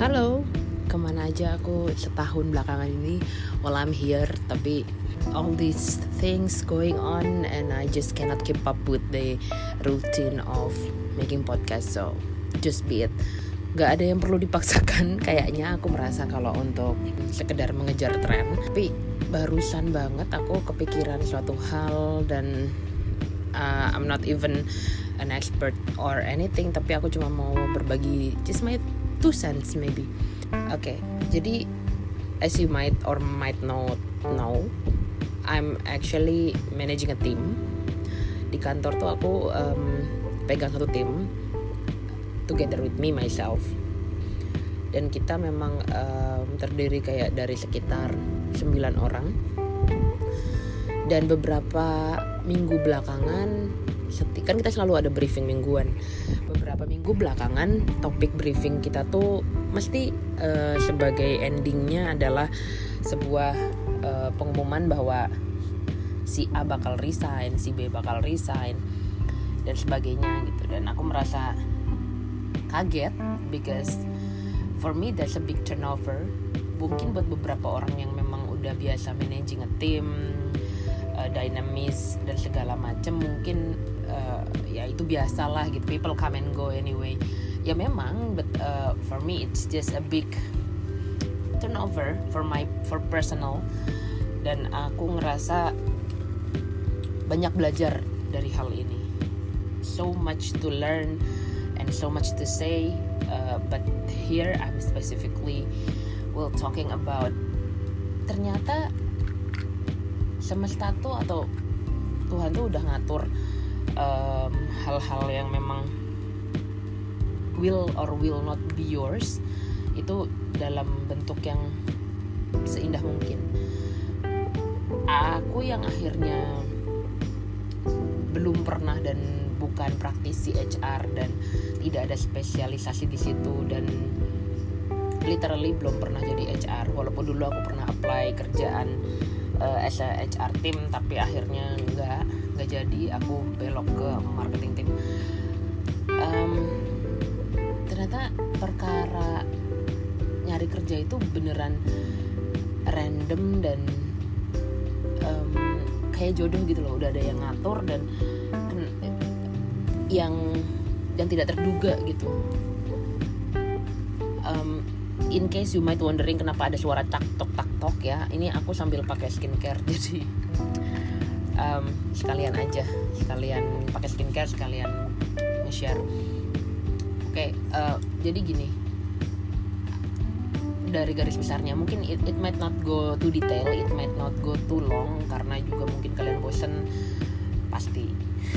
Halo, kemana aja aku setahun belakangan ini? Well, I'm here, tapi all these things going on and I just cannot keep up with the routine of making podcast. So, just be it. Gak ada yang perlu dipaksakan. Kayaknya aku merasa kalau untuk sekedar mengejar tren. Tapi barusan banget aku kepikiran suatu hal dan I'm not even an expert or anything, tapi aku cuma mau berbagi just my 2 cents maybe. Okay, jadi as you might or might not know, I'm actually managing a team. Di kantor tuh aku pegang satu tim together with me myself. Dan kita memang terdiri kayak dari sekitar 9 orang. Dan beberapa minggu belakangan, kan kita selalu ada briefing mingguan. Beberapa minggu belakangan topik briefing kita tuh mesti sebagai endingnya adalah sebuah pengumuman bahwa si A bakal resign, si B bakal resign dan sebagainya gitu. Dan aku merasa kaget because for me that's a big turnover. Mungkin buat beberapa orang yang memang udah biasa managing a team, dinamis dan segala macam, mungkin ya itu biasalah gitu, people come and go anyway. Ya memang, but for me it's just a big turnover for personal. Dan aku ngerasa banyak belajar dari hal ini. So much to learn and so much to say, but here I'm specifically talking about ternyata semesta tuh atau Tuhan tuh udah ngatur hal-hal yang memang will or will not be yours itu dalam bentuk yang seindah mungkin. Aku yang akhirnya belum pernah dan bukan praktisi HR dan tidak ada spesialisasi di situ dan literally belum pernah jadi HR, walaupun dulu aku pernah apply kerjaan as a HR team, tapi akhirnya nggak jadi, aku belok ke marketing team. Ternyata perkara nyari kerja itu beneran random dan kayak jodoh gitu loh, udah ada yang ngatur dan yang tidak terduga gitu. In case you might wondering kenapa ada suara tak tok ya, ini aku sambil pakai skincare, jadi sekalian pakai skincare sekalian nge-share. Oke, jadi gini, dari garis besarnya mungkin it might not go to detail, it might not go too long karena juga mungkin kalian bosen pasti.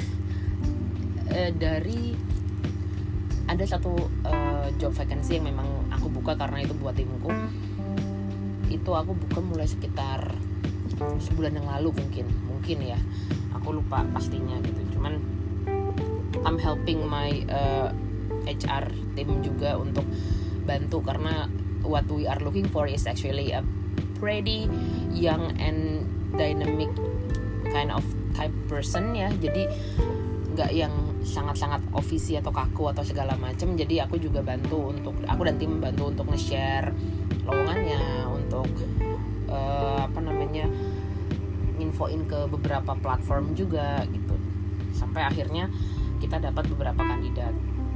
Dari ada satu job vacancy yang memang aku buka karena itu buat timku. Itu aku buka mulai sekitar sebulan yang lalu mungkin ya, aku lupa pastinya gitu. Cuman I'm helping my HR team juga untuk bantu karena what we are looking for is actually a pretty young and dynamic kind of type person ya. Jadi nggak yang sangat-sangat ofisi atau kaku atau segala macam. Jadi aku dan tim bantu untuk nge-share lowongannya, untuk infoin ke beberapa platform juga gitu. Sampai akhirnya kita dapat beberapa kandidat.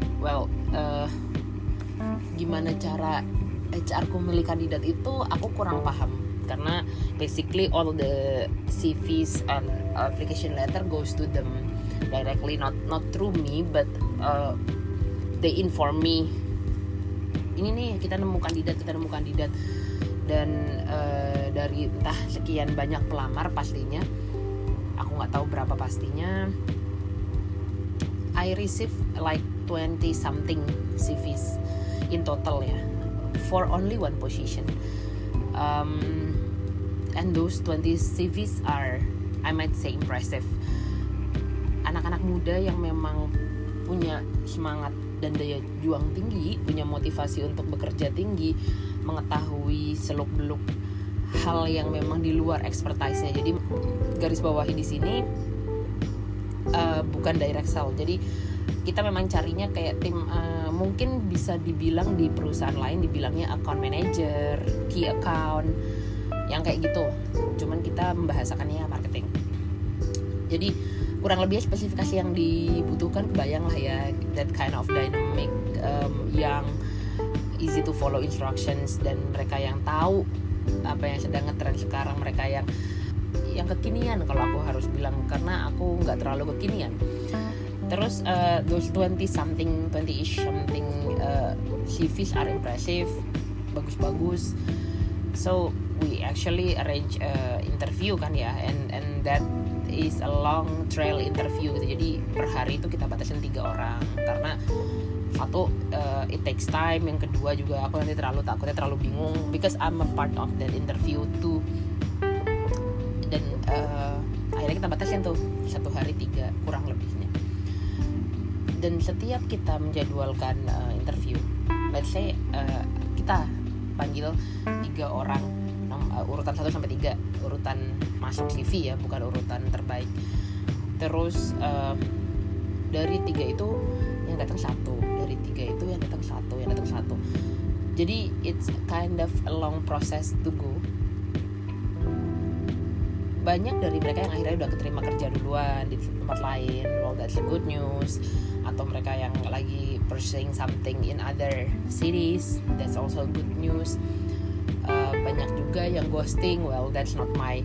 Gimana cara HR ku milih kandidat itu aku kurang paham karena basically all the CVs and application letter goes to them directly, not through me, but they inform me, ini nih kita nemu kandidat dan dari entah sekian banyak pelamar, pastinya aku nggak tahu berapa pastinya, I receive like 20 something CVs in total ya, for only one position, and those 20 CVs are, I might say, impressive. Anak-anak muda yang memang punya semangat dan daya juang tinggi, punya motivasi untuk bekerja tinggi, mengetahui seluk-beluk hal yang memang di luar expertise-nya. Jadi garis bawahi di sini bukan direct sell. Jadi kita memang carinya kayak tim mungkin bisa dibilang di perusahaan lain dibilangnya account manager, key account, yang kayak gitu. Cuman kita membahasakannya marketing. Jadi kurang lebih spesifikasi yang dibutuhkan kebayang lah ya, that kind of dynamic, yang easy to follow instructions, dan mereka yang tahu apa yang sedang ngetren sekarang, mereka yang kekinian kalau aku harus bilang, karena aku nggak terlalu kekinian. Terus those 20-ish something CVs are impressive, bagus-bagus. So we actually arrange interview kan ya, and that is a long trail interview gitu. Jadi per hari itu kita batasin 3 orang, karena satu it takes time, yang kedua juga aku nanti takutnya terlalu bingung, because I'm a part of that interview too. Dan akhirnya kita batasin tuh 1 hari 3 kurang lebihnya. Dan setiap kita menjadwalkan interview, let's say kita panggil 3 orang, urutan 1 sampai 3, urutan masuk CV ya, bukan urutan terbaik. Terus dari 3 itu yang datang 1, dari 3 itu yang datang 1. Jadi it's kind of a long process to go. Banyak dari mereka yang akhirnya udah keterima kerja duluan di tempat lain, well that's a good news. Atau mereka yang lagi pursuing something in other cities, that's also good news. Banyak juga yang ghosting, well that's not my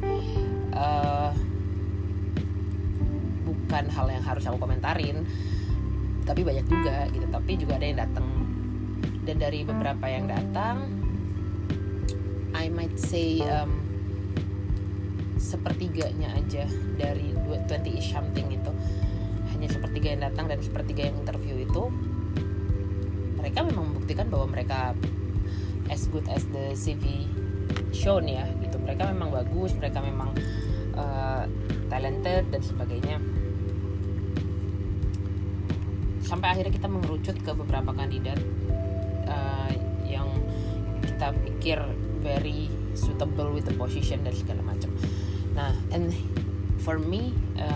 bukan hal yang harus aku komentarin, tapi banyak juga gitu. Tapi juga ada yang datang, dan dari beberapa yang datang, I might say sepertiganya aja dari 20-ish something itu, hanya sepertiga yang datang dan sepertiga yang interview itu mereka memang membuktikan bahwa mereka as good as the CV shown ya gitu. Mereka memang bagus, mereka memang talented dan sebagainya. Sampai akhirnya kita mengerucut ke beberapa kandidat yang kita pikir very suitable with the position dan segala macam. Nah, and for me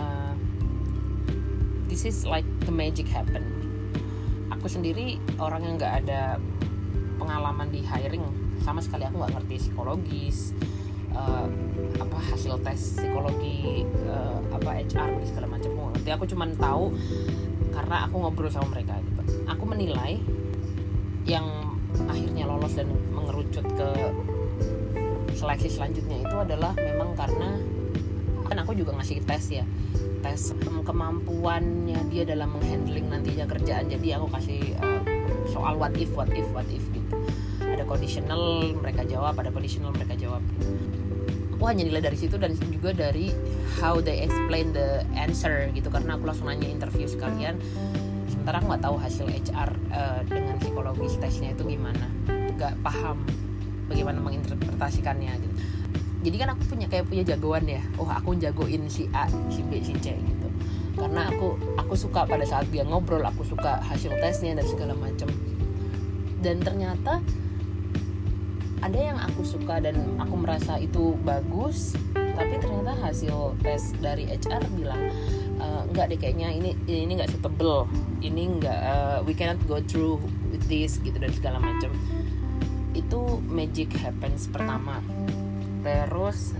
this is like the magic happen. Aku sendiri orang yang nggak ada pengalaman di hiring sama sekali. Aku nggak ngerti psikologis, apa hasil tes psikologi, apa HR dan segala macam. Aku ngerti. Aku cuma tahu karena aku ngobrol sama mereka gitu. Aku menilai yang akhirnya lolos dan mengerucut ke seleksi selanjutnya itu adalah memang karena kan aku juga ngasih tes ya, tes kemampuannya dia dalam menghandling nantinya kerjaan. Jadi aku kasih soal what if gitu. Ada conditional mereka jawab, ada conditional mereka jawab gitu. Aku hanya nilai dari situ dan juga dari how they explain the answer gitu, karena aku langsung nanya interview sekalian, sementara aku nggak tahu hasil HR dengan psikologis tesnya itu gimana, nggak paham bagaimana menginterpretasikannya gitu. Jadi kan aku punya jagoan ya, aku jagoin si A, si B, si C gitu, karena aku suka pada saat dia ngobrol, aku suka hasil tesnya dan segala macam. Dan ternyata ada yang aku suka dan aku merasa itu bagus, tapi ternyata hasil tes dari HR bilang enggak deh, kayaknya ini enggak suitable, ini enggak, we cannot go through with this gitu dan segala macam. Itu magic happens pertama. Terus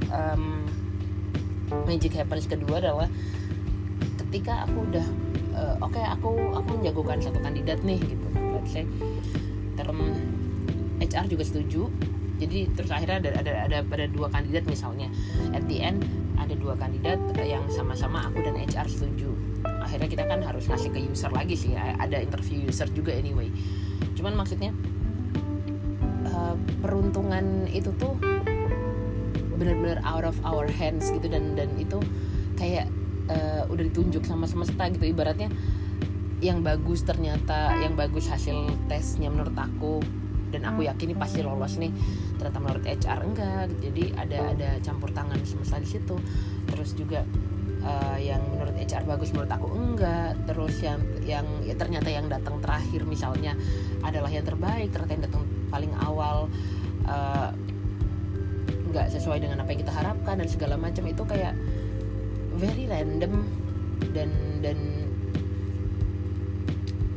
magic happens kedua adalah ketika aku udah aku menjagokan satu kandidat nih gitu, let's say HR juga setuju. Jadi terus akhirnya ada 2 kandidat misalnya, at the end ada 2 kandidat yang sama-sama aku dan HR setuju. Akhirnya kita kan harus ngasih ke user lagi sih, ada interview user juga anyway. Cuman maksudnya peruntungan itu tuh benar-benar out of our hands gitu, dan itu kayak udah ditunjuk sama semesta gitu. Ibaratnya yang bagus, ternyata yang bagus hasil tesnya menurut aku, dan aku yakin ini pasti lolos nih, ternyata menurut HR enggak gitu. Jadi ada campur tangan semesta di situ. Terus juga yang menurut HR bagus menurut aku enggak. Terus yang ya ternyata yang datang terakhir misalnya adalah yang terbaik, ternyata yang datang paling awal nggak sesuai dengan apa yang kita harapkan dan segala macam. Itu kayak very random dan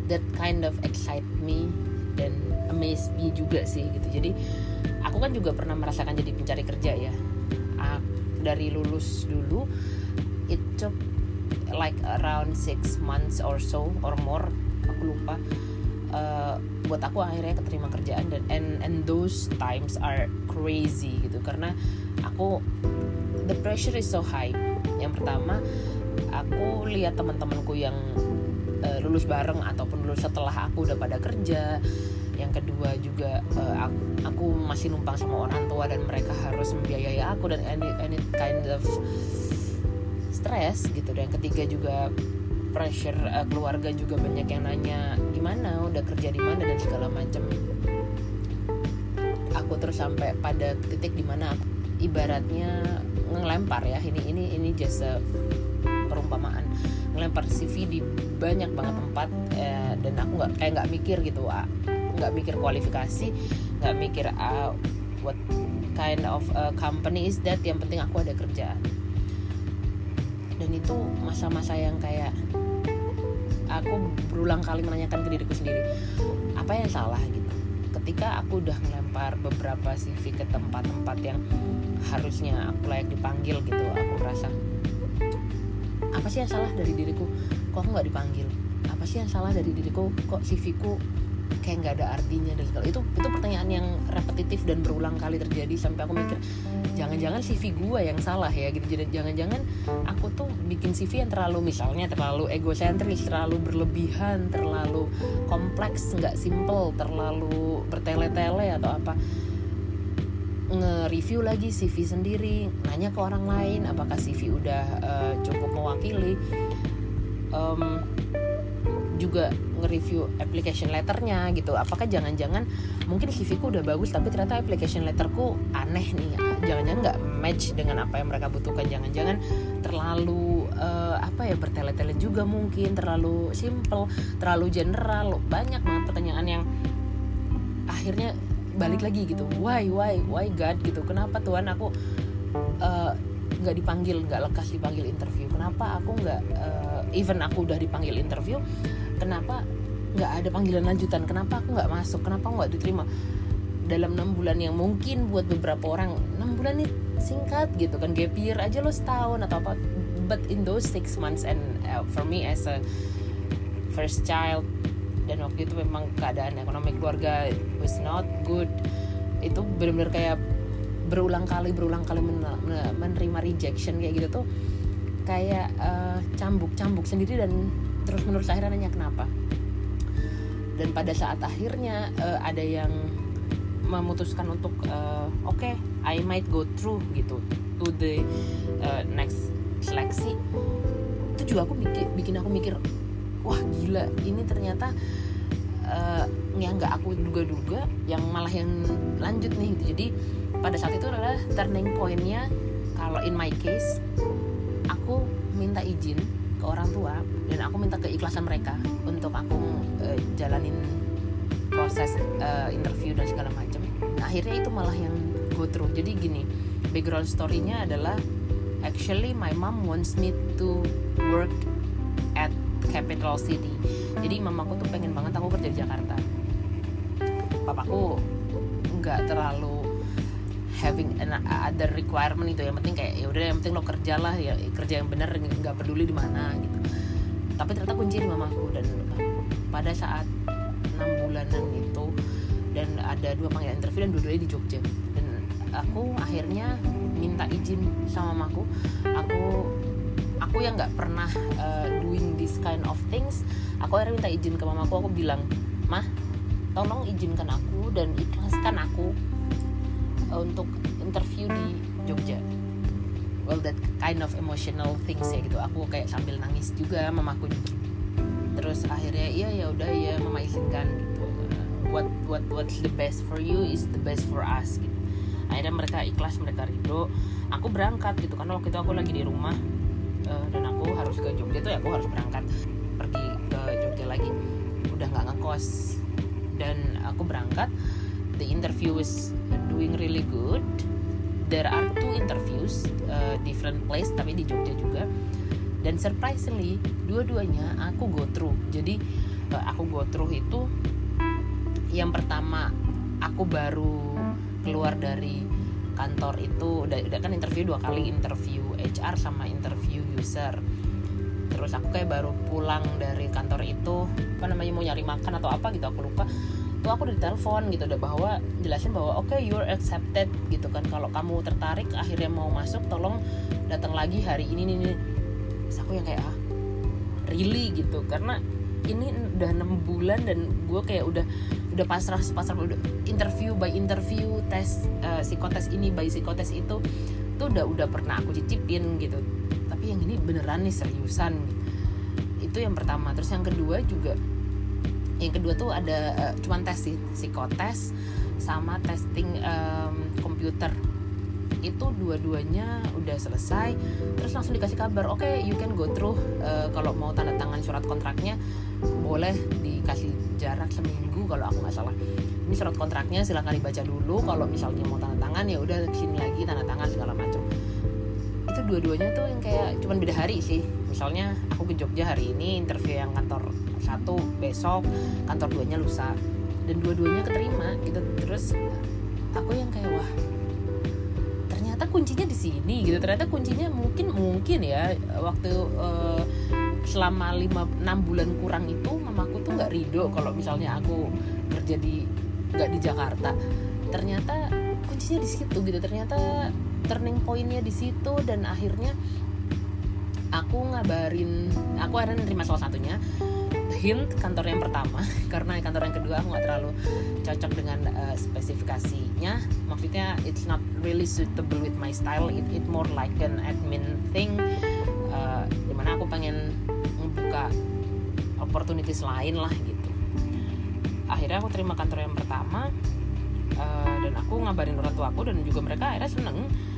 that kind of excite me dan amaze me juga sih gitu. Jadi aku kan juga pernah merasakan jadi pencari kerja ya. Dari lulus dulu, it took like around 6 months or so or more, aku lupa, buat aku akhirnya keterima kerjaan. Dan and those times are crazy gitu, karena aku, the pressure is so high. Yang pertama, aku lihat teman-temanku yang lulus bareng ataupun lulus setelah aku udah pada kerja. Yang kedua juga aku masih numpang sama orang tua dan mereka harus membiayai aku, dan any kind of stress gitu. Dan yang ketiga juga pressure keluarga juga banyak yang nanya gimana, udah kerja di mana dan segala macam. Aku terus sampai pada titik dimana aku ibaratnya ngelempar ya, ini just perumpamaan, ngelempar CV di banyak banget tempat, dan aku nggak mikir gitu, nggak mikir kualifikasi, nggak mikir what kind of company is that, yang penting aku ada kerjaan. Dan itu masa-masa yang kayak aku berulang kali menanyakan ke diriku sendiri, apa yang salah gitu. Ketika aku udah ngelempar beberapa CV ke tempat-tempat yang harusnya aku layak dipanggil gitu, aku merasa apa sih yang salah dari diriku, kok aku nggak dipanggil? Apa sih yang salah dari diriku, kok CV-ku kayak nggak ada artinya dan segala itu pertanyaan yang repetitif dan berulang kali terjadi, sampai aku mikir jangan-jangan CV gue yang salah ya gitu. Jadi jangan-jangan aku tuh bikin CV yang terlalu, misalnya terlalu egosentris, terlalu berlebihan, terlalu kompleks, nggak simple, terlalu bertele-tele atau apa. Nge-review lagi CV sendiri, nanya ke orang lain apakah CV udah cukup mewakili, juga nge-review application letternya gitu, apakah jangan-jangan mungkin CV-ku udah bagus tapi ternyata application letterku aneh nih, jangan-jangan nggak match dengan apa yang mereka butuhkan, jangan-jangan terlalu bertele-tele juga, mungkin terlalu simple, terlalu general. Banyak banget pertanyaan yang akhirnya balik lagi gitu, why God gitu, kenapa Tuhan aku nggak dipanggil, nggak lekas dipanggil interview, kenapa aku nggak even aku udah dipanggil interview, kenapa nggak ada panggilan lanjutan, kenapa aku nggak masuk, kenapa aku nggak diterima dalam 6 bulan yang mungkin buat beberapa orang 6 bulan ini singkat gitu kan, gap year aja lo setahun atau apa, but in those 6 months and for me as a first child, dan waktu itu memang keadaan ekonomi keluarga was not good, itu benar-benar kayak berulang kali menerima rejection kayak gitu tuh kayak cambuk sendiri, dan terus menerus akhirnya nanya kenapa. Dan pada saat akhirnya ada yang memutuskan untuk okay, I might go through gitu to the next seleksi, itu juga bikin aku mikir, wah gila, ini ternyata yang nggak aku duga-duga yang malah yang lanjut nih gitu. Jadi pada saat itu adalah turning point-nya, kalau in my case aku minta izin ke orang tua dan aku minta keikhlasan mereka untuk aku jalanin proses interview dan segala macam. Nah, akhirnya itu malah yang go through. Jadi gini, background story-nya adalah actually my mom wants me to work at capital city. Jadi mamaku tuh pengen banget aku kerja di Jakarta. Papaku nggak terlalu having other requirement itu, yang penting kayak ya udah, yang penting lo kerjalah ya, kerja yang benar, nggak peduli di mana gitu. Tapi ternyata kunci di mamaku. Dan pada saat 6 bulanan itu, dan ada 2 panggilan interview dan dua-duanya di Jogja, dan aku akhirnya minta izin sama mamaku. Aku yang nggak pernah doing this kind of things, aku akhirnya minta izin ke mamaku. Aku bilang, mah tolong izinkan aku dan ikhlaskan aku untuk interview di Jogja. Well, that kind of emotional things ya gitu. Aku kayak sambil nangis juga, mamaku juga. Terus akhirnya ya udah ya mama izinkan gitu. What's the best for you is the best for us gitu. Akhirnya mereka ikhlas, mereka ridho. Aku berangkat gitu, karena waktu itu aku lagi di rumah dan aku harus ke Jogja tuh ya, aku harus berangkat pergi ke Jogja lagi. Udah nggak ngekos dan aku berangkat. The interview is doing really good. There are 2 interviews, different place tapi di Jogja juga. Dan surprisingly, dua-duanya aku go through. Jadi aku go through itu, yang pertama aku baru keluar dari kantor itu udah kan interview 2 kali, interview HR sama interview user. Terus aku kayak baru pulang dari kantor itu, mau nyari makan atau apa gitu, aku lupa. Tuh aku udah ditelepon gitu, udah bahwa jelasin bahwa oke, you're accepted gitu kan. Kalau kamu tertarik akhirnya mau masuk, tolong datang lagi hari ini nih. Terus aku yang kayak really gitu, karena ini udah 6 bulan dan gue kayak udah pasrah udah interview by interview, tes psikotes ini by psikotes itu tuh udah pernah aku cicipin gitu. Tapi yang ini beneran nih, seriusan gitu. Itu yang pertama. Terus yang kedua tuh ada cuman tes sih, psikotes sama testing komputer. Itu dua-duanya udah selesai. Terus langsung dikasih kabar, oke, you can go through, kalau mau tanda tangan surat kontraknya boleh dikasih jarak seminggu kalau aku nggak salah. Ini surat kontraknya silakan dibaca dulu, kalau misalnya mau tanda tangan ya udah kesini lagi tanda tangan segala macam. Itu dua-duanya tuh yang kayak cuman beda hari sih. Misalnya aku ke Jogja hari ini, interview yang kantor 1 besok, kantor 2-nya lusa, dan dua-duanya keterima gitu. Terus aku yang kayak wah, ternyata kuncinya di sini gitu. Ternyata kuncinya mungkin ya waktu selama 5-6 bulan kurang itu mamaku tuh nggak ridho kalau misalnya aku kerja nggak di Jakarta. Ternyata kuncinya di situ gitu. Ternyata turning pointnya di situ, dan akhirnya aku akhirnya nerima salah satunya, hint kantor yang pertama karena kantor yang kedua aku nggak terlalu cocok dengan spesifikasinya. Maksudnya it's not really suitable with my style. It more like an admin thing, dimana aku pengen membuka opportunities lain lah gitu. Akhirnya aku terima kantor yang pertama, dan aku ngabarin orang tua aku, dan juga mereka akhirnya seneng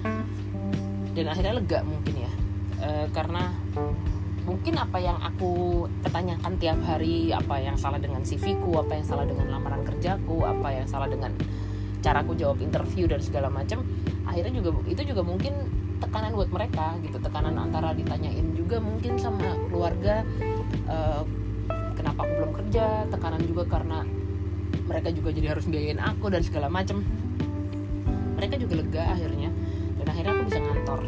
dan akhirnya lega mungkin ya, karena mungkin apa yang aku pertanyakan tiap hari, apa yang salah dengan CV-ku, apa yang salah dengan lamaran kerjaku, apa yang salah dengan caraku jawab interview dan segala macam, akhirnya itu juga mungkin tekanan buat mereka gitu. Tekanan antara ditanyain juga mungkin sama keluarga, kenapa aku belum kerja, tekanan juga karena mereka juga jadi harus biayain aku dan segala macam. Mereka juga lega akhirnya, dan akhirnya aku bisa ngantor.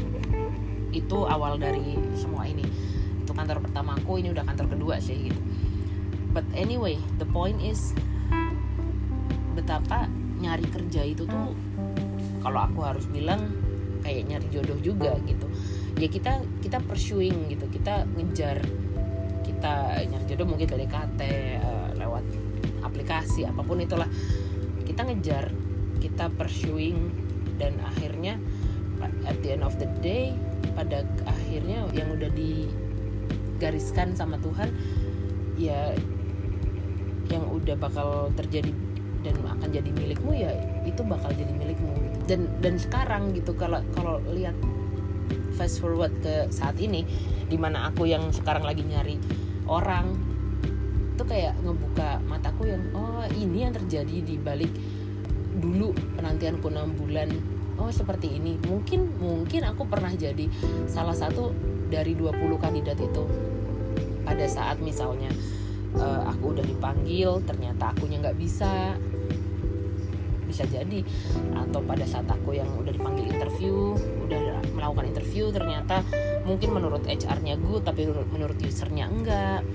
Itu awal dari semua ini. Itu kantor pertama aku, ini udah kantor kedua sih gitu. But anyway, the point is betapa nyari kerja itu tuh, kalau aku harus bilang kayak nyari jodoh juga gitu. Ya kita pursuing gitu, kita ngejar, kita nyari jodoh mungkin dari KT, lewat aplikasi apapun itulah, kita ngejar, kita pursuing, dan akhirnya at the end of the day, pada akhirnya yang udah digariskan sama Tuhan ya, yang udah bakal terjadi dan akan jadi milikmu ya itu bakal jadi milikmu. Dan sekarang gitu, kalau lihat fast forward ke saat ini, dimana aku yang sekarang lagi nyari orang, itu kayak ngebuka mataku yang oh ini yang terjadi di balik dulu penantianku 6 bulan. Oh seperti ini, mungkin aku pernah jadi salah satu dari 20 kandidat itu. Pada saat misalnya aku udah dipanggil, ternyata akunya nggak bisa jadi. Atau pada saat aku yang udah dipanggil interview, udah melakukan interview, ternyata mungkin menurut HR-nya good, tapi menurut usernya enggak.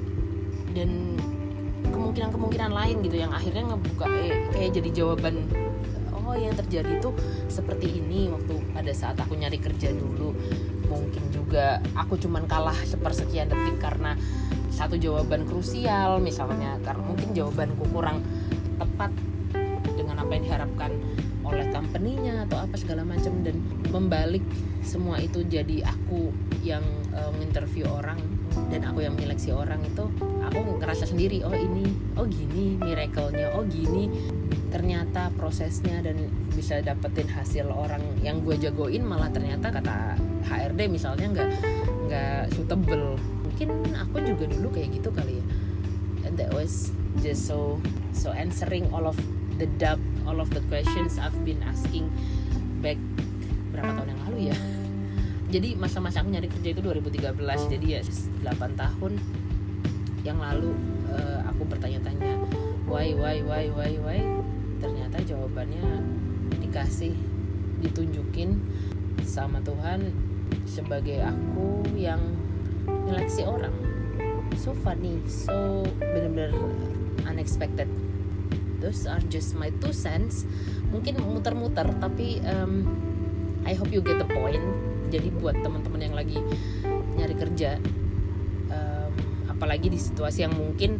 Dan kemungkinan lain gitu yang akhirnya ngebuka kayak jadi jawaban, oh yang terjadi tuh seperti ini waktu pada saat aku nyari kerja dulu. Mungkin juga aku cuman kalah sepersekian detik karena satu jawaban krusial misalnya, karena mungkin jawabanku kurang tepat dengan apa yang diharapkan oleh company-nya atau apa segala macam, dan membalik semua itu jadi aku yang nginterview orang dan aku yang menyeleksi orang. Itu aku ngerasa sendiri, oh ini, oh gini miracle-nya, oh gini ternyata prosesnya, dan bisa dapetin hasil orang yang gue jagoin malah ternyata kata HRD misalnya nggak suitable. Mungkin aku juga dulu kayak gitu kali ya, and that was just so answering all of the doubt, all of the questions I've been asking back berapa tahun yang lalu ya. Jadi masa-masa aku nyari kerja itu 2013, jadi ya 8 tahun yang lalu aku bertanya-tanya why. Ternyata jawabannya dikasih, ditunjukin sama Tuhan sebagai aku yang nyeleksi orang. So funny, so benar-benar unexpected. Those are just my 2 cents. Mungkin muter-muter, tapi I hope you get the point. Jadi buat teman-teman yang lagi nyari kerja, apalagi di situasi yang mungkin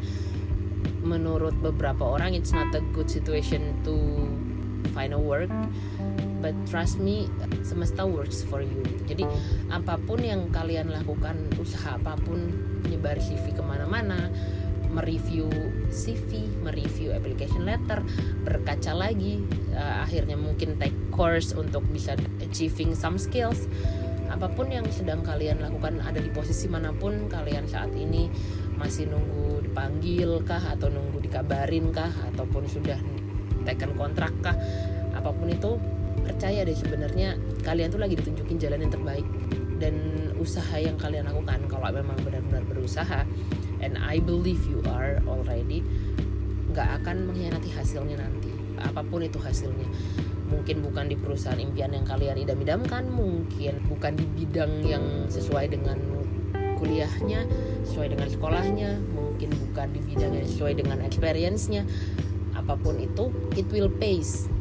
menurut beberapa orang it's not a good situation to find a work, but trust me, semesta works for you. Jadi apapun yang kalian lakukan, usaha apapun, menyebar CV kemana-mana, mereview CV, mereview application letter, berkaca lagi, akhirnya mungkin take course untuk bisa achieving some skills. Apapun yang sedang kalian lakukan, ada di posisi manapun kalian saat ini, masih nunggu dipanggil kah, atau nunggu dikabarin kah, ataupun sudah taken kontrak kah, apapun itu, percaya deh sebenarnya kalian tuh lagi ditunjukin jalan yang terbaik. Dan usaha yang kalian lakukan, kalau memang benar-benar berusaha, and I believe you are already, gak akan mengkhianati hasilnya nanti, apapun itu hasilnya. Mungkin bukan di perusahaan impian yang kalian idam-idamkan, mungkin bukan di bidang yang sesuai dengan kuliahnya, sesuai dengan sekolahnya, mungkin bukan di bidang yang sesuai dengan experience-nya. Apapun itu, it will pays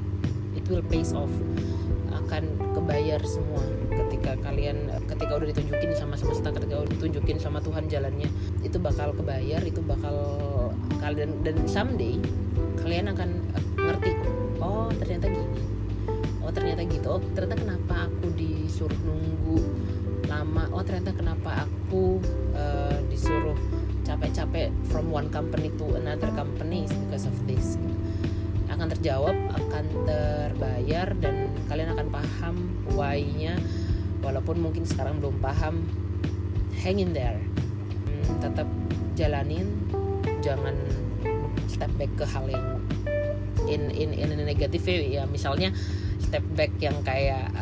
off, akan kebayar semua ketika udah ditunjukin sama semesta, ketika udah ditunjukin sama Tuhan jalannya, itu bakal kebayar, itu bakal kalian, dan someday kalian akan ngerti, oh ternyata gini, oh ternyata gitu, oh ternyata kenapa aku disuruh nunggu lama, oh ternyata kenapa aku disuruh capek-capek from one company to another company because of this. Akan terjawab, akan terbayar, dan kalian akan paham why-nya, walaupun mungkin sekarang belum paham. Hang in there, tetap jalanin, jangan step back ke hal yang in a negative way, ya misalnya step back yang kayak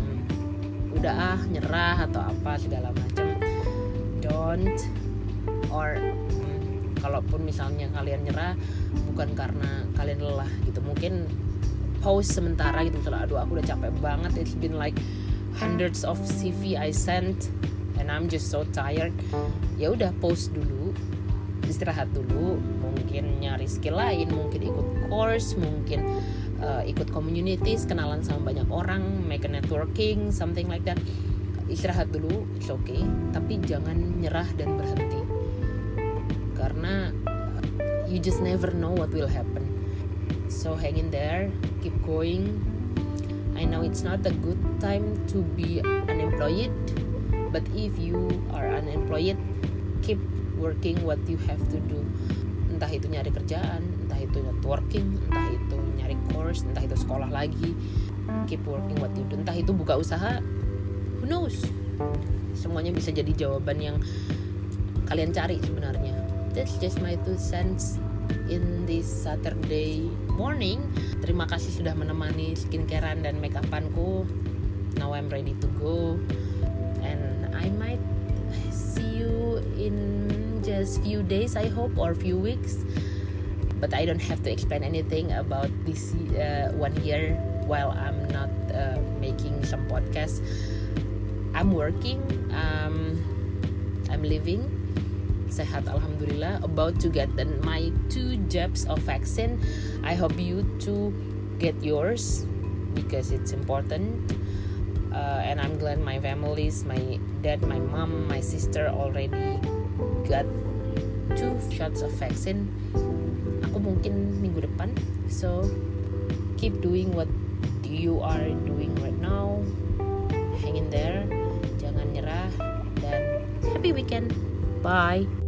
udah nyerah atau apa segala macam. Don't, or kalaupun misalnya kalian nyerah bukan karena kalian lelah gitu, mungkin pause sementara gitu, misalnya aduh aku udah capek banget, it's been like hundreds of CV I sent and I'm just so tired. Ya udah pause dulu, istirahat dulu, mungkin nyari skill lain, mungkin ikut course, mungkin ikut communities, kenalan sama banyak orang, make a networking, something like that. Istirahat dulu, it's okay, tapi jangan nyerah dan berhenti, karena you just never know what will happen. So hang in there, keep going. I know it's not a good time to be unemployed, but if you are unemployed, keep working what you have to do. Entah itu nyari kerjaan, entah itu networking, entah itu nyari course, entah itu sekolah lagi. Keep working what you do. Entah itu buka usaha, who knows? Semuanya bisa jadi jawaban yang kalian cari sebenarnya. That's just my 2 cents in this Saturday morning. Terima kasih sudah menemani skincarean dan make upanku. Now I'm ready to go, and I might see you in just few days, I hope, or few weeks. But I don't have to explain anything about this 1 year while I'm not making some podcasts. I'm working, I'm living, sehat alhamdulillah, about to get my 2 jabs of vaccine. I hope you too get yours because it's important. And I'm glad my families, my dad, my mom, my sister already got 2 shots of vaccine. Aku mungkin minggu depan. So keep doing what you are doing right now. Hang in there, jangan nyerah, dan happy weekend. Bye.